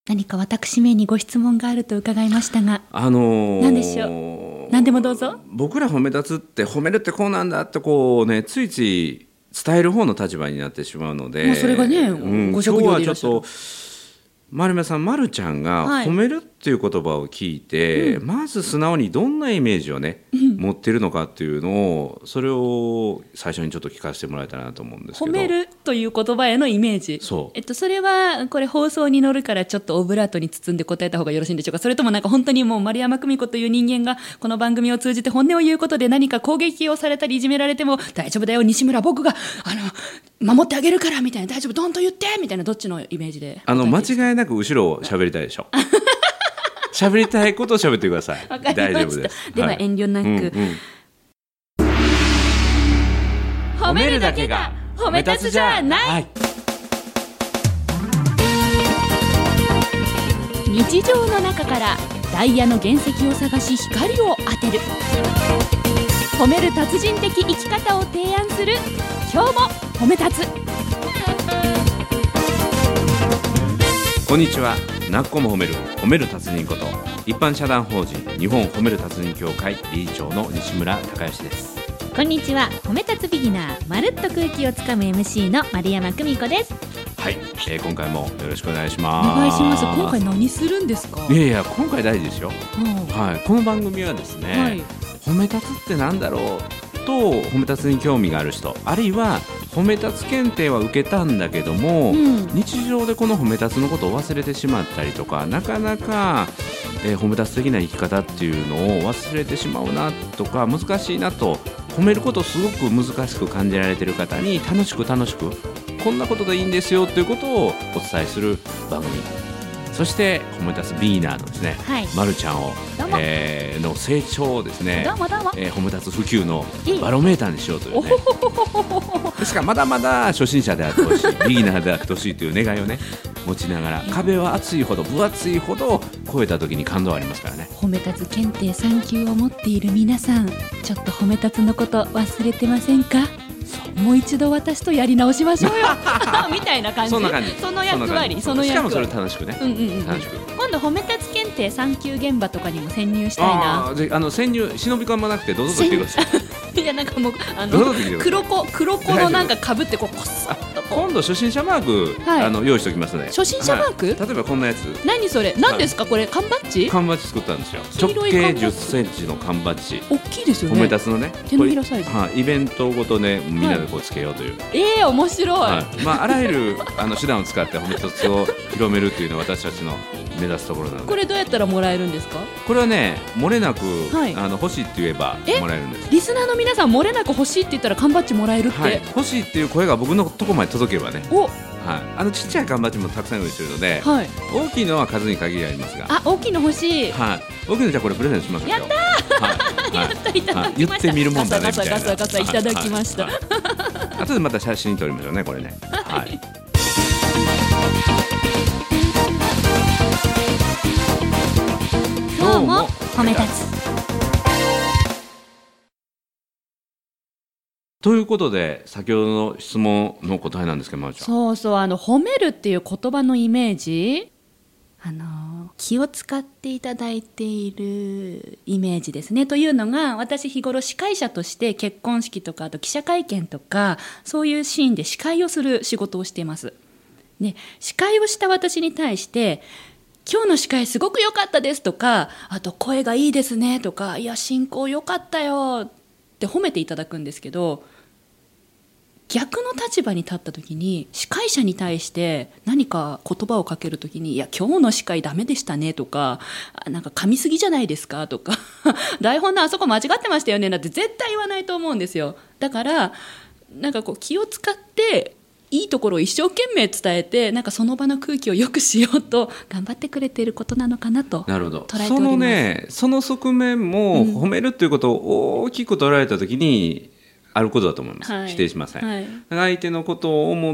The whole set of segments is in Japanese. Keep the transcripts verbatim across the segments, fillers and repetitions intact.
何か私めにご質問があると伺いましたが、 あのー、 何でしょう。何でもどうぞ。 僕ら褒め立つって褒めるってこうなんだってこうね、ついつい伝える方の立場になってしまうので、 もうそれがね、 うん、 ご職業でいらっしゃる。 今日はちょっと丸目さん、まるちゃんが褒めるっていう言葉を聞いて、はい、まず素直にどんなイメージをね、うん、持ってるのかっていうのを、それを最初にちょっと聞かせてもらえたらなと思うんですけど。 褒めるという言葉へのイメージ。 そう、 えっと、それはこれ放送に乗るからちょっとオブラートに包んで答えた方がよろしいんでしょうか。それともなんか本当にもう丸山久美子という人間がこの番組を通じて本音を言うことで何か攻撃をされたりいじめられても大丈夫だよ西村、僕があの守ってあげるからみたいな、大丈夫どんと言ってみたいな、どっちのイメージで。 あの間違いなく後ろを喋りたいでしょ。喋りたいことを喋ってください。大丈夫です。 では遠慮なく、はい、うんうん、褒めるだけが褒め立つじゃない、はい、日常の中からダイヤの原石を探し光を当てる、褒める達人的生き方を提案する今日も褒め立つ。 こんにちは。なっこも褒める褒める達人こと一般社団法人日本褒める達人協会理事長の西村孝之です。 こんにちは。褒め立つビギナー、まるっと空気をつかむ エムシー の丸山久美子です。 はい、えー、今回もよろしくお願いします。 お願いします。今回何するんですか？ いやいや、今回大事ですよ、はい、この番組はですね、はい、褒め立つってなんだろうと褒め立つに興味がある人、あるいは褒め立つ検定は受けたんだけども、うん、日常でこの褒め立つのことを忘れてしまったりとか、なかなか、えー、褒め立つ的な生き方っていうのを忘れてしまうなとか、難しいなと、褒めることをすごく難しく感じられている方に楽しく楽しくこんなことでいいんですよということをお伝えする番組、そして褒め立つビギナーのですね、はい、まるちゃんを、えー、の成長をですね、 どうもどうも、 えー、褒め立つ普及のバロメーターにしようというね、ですからまだまだ初心者であってほしいビギナーであってほしいという願いをね持ちながら、壁は厚いほど分厚いほど超えた時に感動ありますからね。 褒め立つ検定さん級を持っている皆さん、ちょっと褒め立つのこと忘れてませんか？もう一度私とやり直しましょうよみたいな感じ。 そんな感じ。 その役割、その役割。 しかもそれ楽しくね、うんうんうん、楽しく。 今度褒め立つ検定さん級現場とかにも潜入したいな。 あぜあの潜入、忍び込まなくてどうぞと言ってください。 いや、なんかもうあの黒子黒子のなんかかぶってこうこっそっとこう、 今度初心者マーク、はい、あの用意しておきますね。 初心者マーク、はい、 例えばこんなやつ。 何それ、何ですか、はい、これ缶バッジ？ 缶バッジ作ったんですよ。直径じゅっセンチの缶バッジ。 大きいですよね。 褒め立つのね、 手のひらサイズ、 はい、イベントごとねみんなでこうつけようという、はい、 えー、面白い、はい、 まあ、あらゆるあの手段を使って褒め立つを広めるというのは私たちの目指すところなので。 これどうやったらもらえるんですか？ これはね、漏れなく、 はい、 あの欲しいって言えばもらえるんです。 リスナーの皆さん、漏れなく欲しいって言ったら缶バッジもらえるって、はい、 欲しいっていう声が僕のところまで届けばね、 お、 はい、あのちっちゃい缶バッジもたくさん用意しているので、はい、大きいのは数に限りありますが、 あ、大きいの欲しい、 はい、大きいのじゃあこれプレゼントしますよ。 やったー、はい、やった、いただきました。 言ってみるもんだねみたいな。 ガサガサガサガサいただきました、はいはい、後でまた写真撮りましょうね、これね、はい、 今日も褒め立つということで、先ほどの質問の答えなんですけど、まるちゃん。 そうそう、あの褒めるっていう言葉のイメージ、あの気を使っていただいているイメージですね。というのが、私日頃司会者として結婚式とか、あと記者会見とか、そういうシーンで司会をする仕事をしています。で、司会をした私に対して、今日の司会すごく良かったですとか、あと声がいいですねとか、いや進行良かったよって褒めていただくんですけど、逆の立場に立った時に司会者に対して何か言葉をかける時に、いや今日の司会ダメでしたねとか、なんか噛みすぎじゃないですかとか台本のあそこ間違ってましたよねなんて絶対言わないと思うんですよ。だからなんかこう気を使っていいところを一生懸命伝えて、なんかその場の空気を良くしようと頑張ってくれていることなのかなと捉えております。 そのね、その側面も褒めるということを大きく捉えたときに、 あることだと思います、 はい、 否定しません、 はい、 相手のことを思って、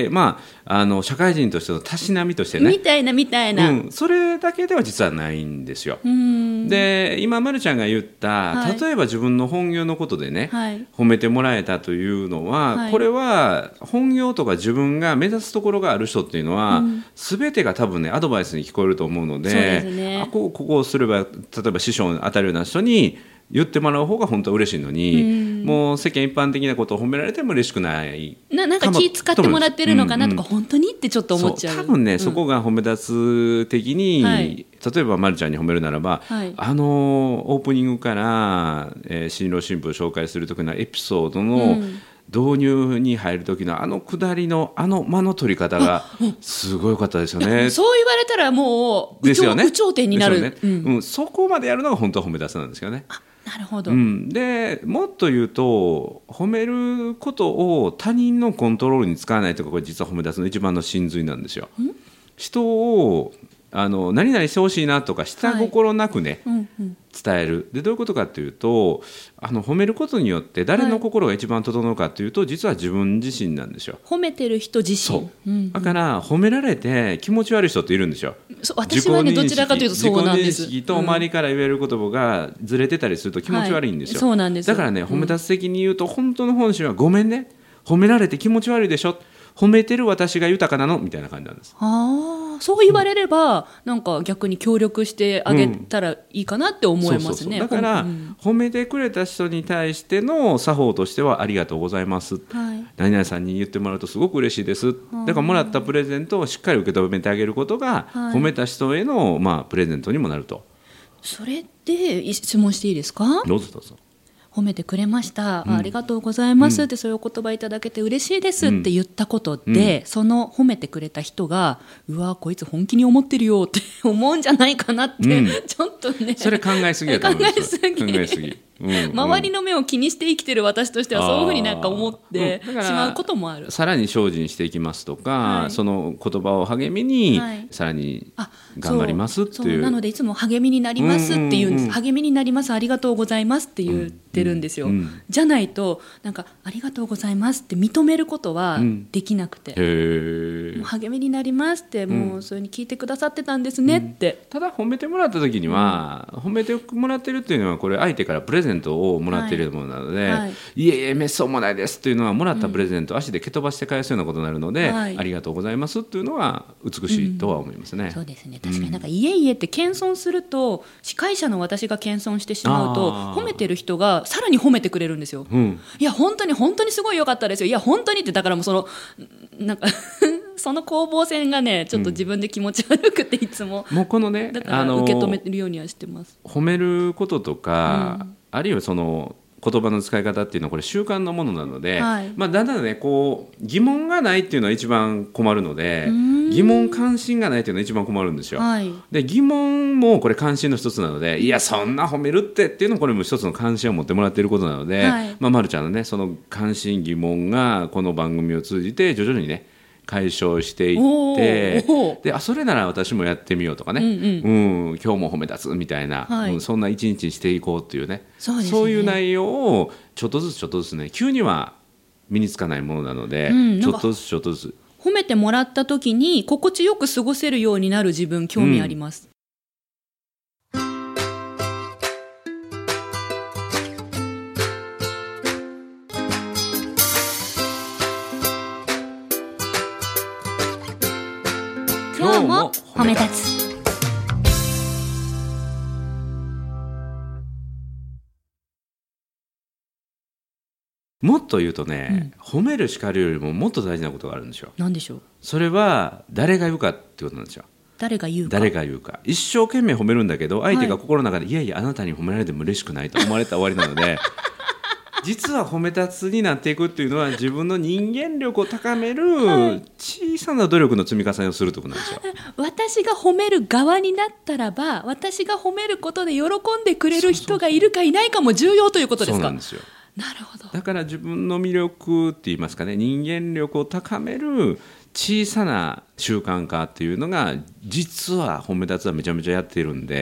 まあ、あの社会人としてのたしなみとしてねみたいなみたいな、 うん、それだけでは実はないんですよ。 うんで今まるちゃんが言った、 はい、 例えば自分の本業のことでね、 はい、 褒めてもらえたというのは、 はい、 これは本業とか自分が目指すところがある人っていうのは、うん、全てが多分ねアドバイスに聞こえると思うので、 そうですね、 あこうここをすれば例えば師匠に当たるような人に言ってもらう方が本当は嬉しいのに、うん、もう世間一般的なことを褒められても嬉しくないな, なんか気使ってもらってるのかなとか、うんうん、本当にってちょっと思っちゃう。 そう多分ね、うん、そこが褒め立つ的に、はい、例えばまるちゃんに褒めるならば、はい、あのオープニングから、えー、新郎新婦を紹介する時のエピソードの、うん導入に入る時のあの下りのあの間の取り方がすごい良かったですよね。 そう言われたらもう有頂、ね、有頂天になる、ねうんうん、そこまでやるのが本当は褒め出すなんですよね。 あなるほど、 うん、でもっと言うと褒めることを他人のコントロールに使わないとかこれ実は褒め出すの一番の真髄なんですよ。人をあの何々してほしいなとか下心なくね、はいうんうん、伝えるでどういうことかというとあの褒めることによって誰の心が一番整うかというと、はい、実は自分自身なんですよ。 褒めてる人自身そう、うんうん、だから褒められて気持ち悪い人っているんですよ。 私はねどちらかというとそうなんです。 自己認識と周りから言える言葉がずれてたりすると気持ち悪いんですよ、はい、 そうなんです。 だからね褒め立つ的に言うと、うん、本当の本心はごめんね褒められて気持ち悪いでしょ褒めてる私が豊かなのみたいな感じなんです。 あそう言われれば、うん、なんか逆に協力してあげたらいいかなって思いますね、うん、そうそうそうだから、うん、褒めてくれた人に対しての作法としてはありがとうございます、はい、何々さんに言ってもらうとすごく嬉しいです、だからもらったプレゼントをしっかり受け止めてあげることが、はい、褒めた人への、まあ、プレゼントにもなると。 それで質問していいですか。 どうぞどうぞ。 褒めてくれました、うん、ありがとうございますって、うん、そういうお言葉いただけて嬉しいですって言ったことで、うん、その褒めてくれた人がうわこいつ本気に思ってるよって思うんじゃないかなって、うん、ちょっとねそれ考えすぎだと思います。考えすぎうんうん、 周りの目を気にして生きてる私としてはそういうふうになんか思ってしまうこともある。 さらに精進していきますとか、はい、その言葉を励みに、はい、さらに頑張りますっていう、 そうそうなのでいつも励みになりますっていうんです、うんうんうん、励みになりますありがとうございますって言ってるんですよ、うんうん、じゃないとなんかありがとうございますって認めることはできなくて、うん、へもう励みになりますって、うん、もうそういうふうに聞いてくださってたんですねって、 うん、ただ褒めてもらった時には、うん、褒めてもらってるっていうのはこれ相手からプレゼントをもらっているものなので、はいはい、いえいえめっそうもないですっていうのはもらったプレゼントを足で蹴飛ばして返すようなことになるので、うん、ありがとうございますっていうのは美しいとは思いますね、うん、 そうですね。確かになんか、うん、いえいえって謙遜すると司会者の私が謙遜してしまうと褒めてる人がさらに褒めてくれるんですよ、うん、いや本当に本当にすごい良かったですよいや本当にってだからもうそのなんかその攻防戦がねちょっと自分で気持ち悪くていつも、 うん、もうこのねだから受け止めるようにはしてます。 褒めることとか、うん、あるいはその言葉の使い方っていうのはこれ習慣のものなので、はいまあ、だんだんねこう疑問がないっていうのは一番困るので疑問関心がないっていうのは一番困るんですよ、はい、で疑問もこれ関心の一つなのでいやそんな褒めるってっていうのもこれも一つの関心を持ってもらっていることなので、はいまあ、まるちゃんのねその関心疑問がこの番組を通じて徐々にね解消していってであそれなら私もやってみようとかね、うんうんうん、今日も褒め立つみたいな、はいうん、そんな一日にしていこうっていうね、そうですね、そういう内容をちょっとずつちょっとずつね急には身につかないものなので、うん、ちょっとずつちょっとずつ褒めてもらった時に心地よく過ごせるようになる自分興味あります、うん今日も褒め立つ。 もっと言うとね、うん、褒める叱るよりももっと大事なことがあるんですよ。 何でしょう。 それは誰が言うかってことなんですよ。 誰が言うか。 誰が言うか。一生懸命褒めるんだけど相手が心の中で、はい、いやいやあなたに褒められても嬉しくないと思われたら終わりなので実は褒め立つになっていくっていうのは自分の人間力を高める小さな努力の積み重ねをするということなんですよ。 私が褒める側になったらば私が褒めることで喜んでくれる人がいるかいないかも重要ということですか。 そうなんですよ。 なるほど。 だから自分の魅力って言いますかね人間力を高める小さな習慣化っていうのが実は褒め立つはめちゃめちゃやっているんで褒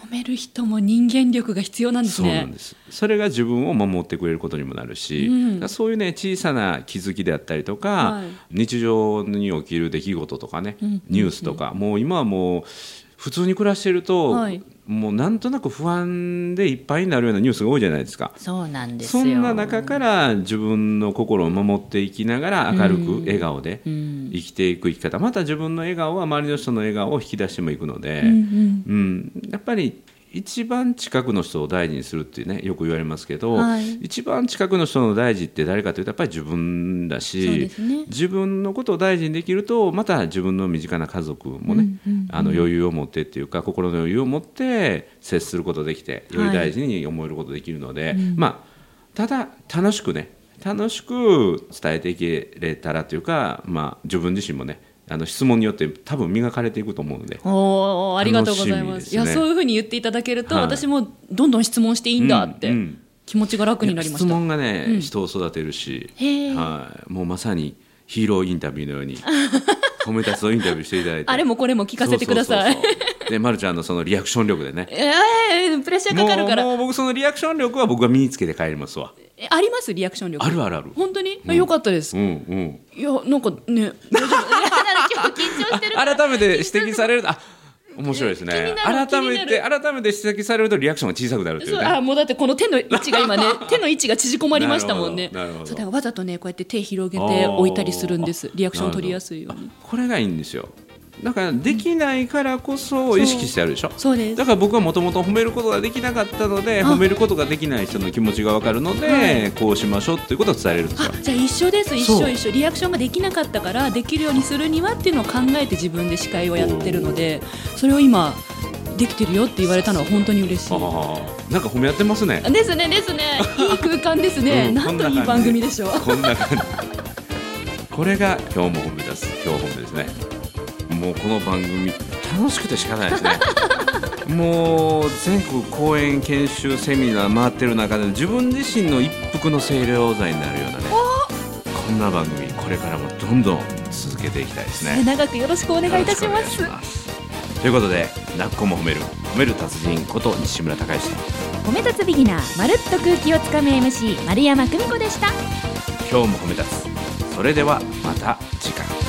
褒める人も人間力が必要なんですね。 そうなんです。それが自分を守ってくれることにもなるし、うん、そういうね小さな気づきであったりとか、はい、日常に起きる出来事とかね、うん、ニュースとか、うん、もう今はもう普通に暮らしていると、はい、もうなんとなく不安でいっぱいになるようなニュースが多いじゃないですか。 そうなんですよ。 そんな中から自分の心を守っていきながら明るく笑顔で生きていく生き方、うん、また自分の笑顔は周りの人の笑顔を引き出してもいくので、うんうんうん、やっぱり一番近くの人を大事にするってねよく言われますけど、はい、一番近くの人の大事って誰かというとやっぱり自分だし、そうですね、自分のことを大事にできるとまた自分の身近な家族もね、うんうんうん、あの余裕を持ってっていうか心の余裕を持って接することできてより大事に思えることできるので、はい、まあただ楽しくね楽しく伝えていけれたらというか、まあ、自分自身もねあの質問によって多分磨かれていくと思うので、 おありがとうございます。いやそういうふうに言っていただけると、はい、私もどんどん質問していいんだって、うんうん、気持ちが楽になりました。 質問がね、うん、人を育てるし、はい、もうまさにヒーローインタビューのように褒め立つをインタビューしていただいてあれもこれも聞かせてください。そうそうそうそうでまるちゃんのそのリアクション力でね、 えー、プレッシャーかかるからもう、もう僕そのリアクション力は僕が身につけて帰りますわ。 えありますリアクション力。 あるあるある。 本当に、うん、よかったです、うんうん、いやなんかね大丈夫今日緊張してるから改めて指摘されるとあ面白いですね。改めて改めて指摘されるとリアクションが小さくなるっていうね。 そうあもうだってこの手の位置が今ね手の位置が縮こまりましたもんね。そうだからわざとねこうやって手広げて置いたりするんです。リアクション取りやすいように。 これがいいんですよ。だからできないからこそ意識してあるでしょ、 うん、そうです。 だから僕はもともと褒めることができなかったので褒めることができない人の気持ちが分かるので、はい、こうしましょうっていうことを伝えれるんですよ。 あじゃあ一緒です一緒一緒。リアクションができなかったからできるようにするにはっていうのを考えて自分で司会をやってるのでそれを今できてるよって言われたのは本当に嬉しい。あなんか褒め合ってますね。 ですねですねいい空間ですね、うん、なんといい番組でしょう。 こんな感じこれが今日も褒め出す今日褒めですね。もうこの番組楽しくて仕方ないですねもう全国講演研修セミナー回ってる中で自分自身の一服の清涼剤になるようなねこんな番組これからもどんどん続けていきたいですね。 長くよろしくお願いいたします。 ということでなっこも褒める褒める達人こと西村孝之と褒め立つビギナーまるっと空気をつかむ エムシー 丸山久美子でした。 今日も褒め立つ。それではまた次回。